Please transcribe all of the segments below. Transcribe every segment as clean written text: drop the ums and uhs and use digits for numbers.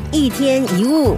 一天一物。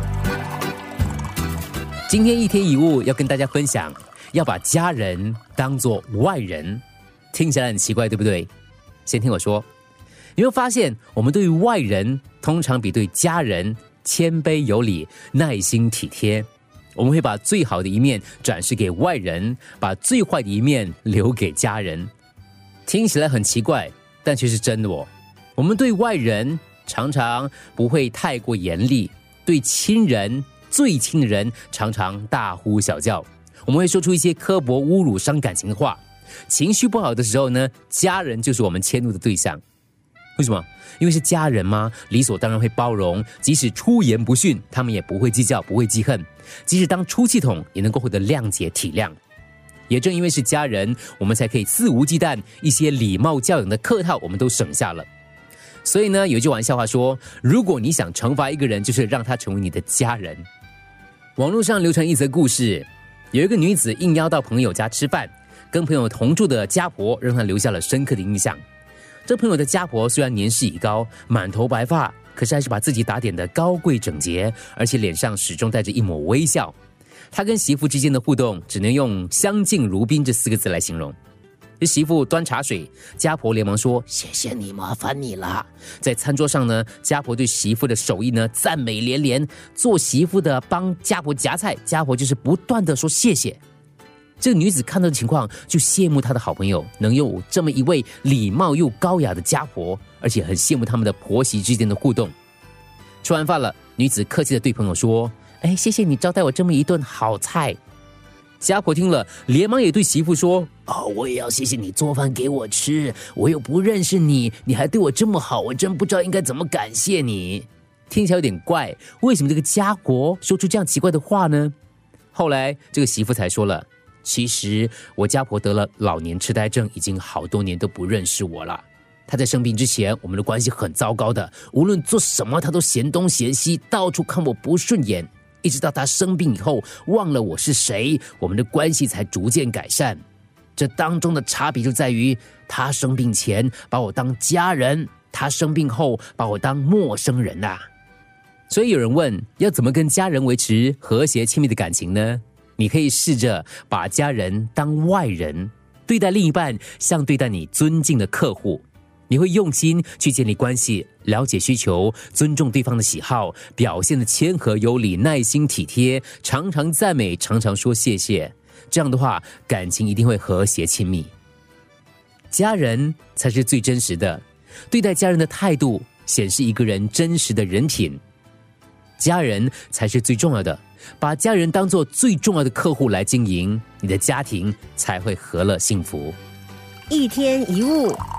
今天一天一物要跟大家分享，要把家人当作外人，听起来很奇怪，对不对？先听我说，你会发现我们对于外人通常比对家人谦卑有礼、耐心体贴。我们会把最好的一面展示给外人，把最坏的一面留给家人。听起来很奇怪，但却是真的哦。我们对外人常常不会太过严厉，对亲人最亲的人常常大呼小叫，我们会说出一些刻薄、侮辱、伤感情的话。情绪不好的时候呢，家人就是我们迁怒的对象。为什么？因为是家人嘛，理所当然会包容，即使出言不逊，他们也不会计较，不会记恨。即使当出气筒，也能够获得谅解体谅。也正因为是家人，我们才可以肆无忌惮，一些礼貌教养的客套我们都省下了。所以呢，有一句玩笑话说，如果你想惩罚一个人，就是让他成为你的家人。网络上流传一则故事，有一个女子应邀到朋友家吃饭，跟朋友同住的家婆让她留下了深刻的印象。这朋友的家婆虽然年事已高，满头白发，可是还是把自己打点得高贵整洁，而且脸上始终带着一抹微笑。她跟媳妇之间的互动只能用相敬如宾这4个字来形容。这媳妇端茶水，家婆连忙说谢谢你，麻烦你了。在餐桌上呢，家婆对媳妇的手艺呢赞美连连，做媳妇的帮家婆夹菜，家婆就是不断的说谢谢。这个女子看到的情况，就羡慕她的好朋友能有这么一位礼貌又高雅的家婆，而且很羡慕他们的婆媳之间的互动。吃完饭了，女子客气地对朋友说：谢谢你招待我这么一顿好菜。家婆听了，连忙也对媳妇说：我也要谢谢你做饭给我吃，我又不认识你，你还对我这么好，我真不知道应该怎么感谢你。听起来有点怪，为什么这个家婆说出这样奇怪的话呢？后来这个媳妇才说了，其实我家婆得了老年痴呆症，已经好多年都不认识我了。她在生病之前，我们的关系很糟糕的，无论做什么她都嫌东嫌西，到处看我不顺眼。一直到她生病以后，忘了我是谁，我们的关系才逐渐改善。这当中的差别就在于，她生病前把我当家人，她生病后把我当陌生人啊。所以有人问，要怎么跟家人维持和谐亲密的感情呢？你可以试着把家人当外人，对待另一半像对待你尊敬的客户。你会用心去建立关系，了解需求，尊重对方的喜好，表现得谦和有礼，耐心体贴，常常赞美，常常说谢谢。这样的话，感情一定会和谐亲密。家人才是最真实的，对待家人的态度显示一个人真实的人品。家人才是最重要的，把家人当作最重要的客户来经营，你的家庭才会和乐幸福。 一天一物。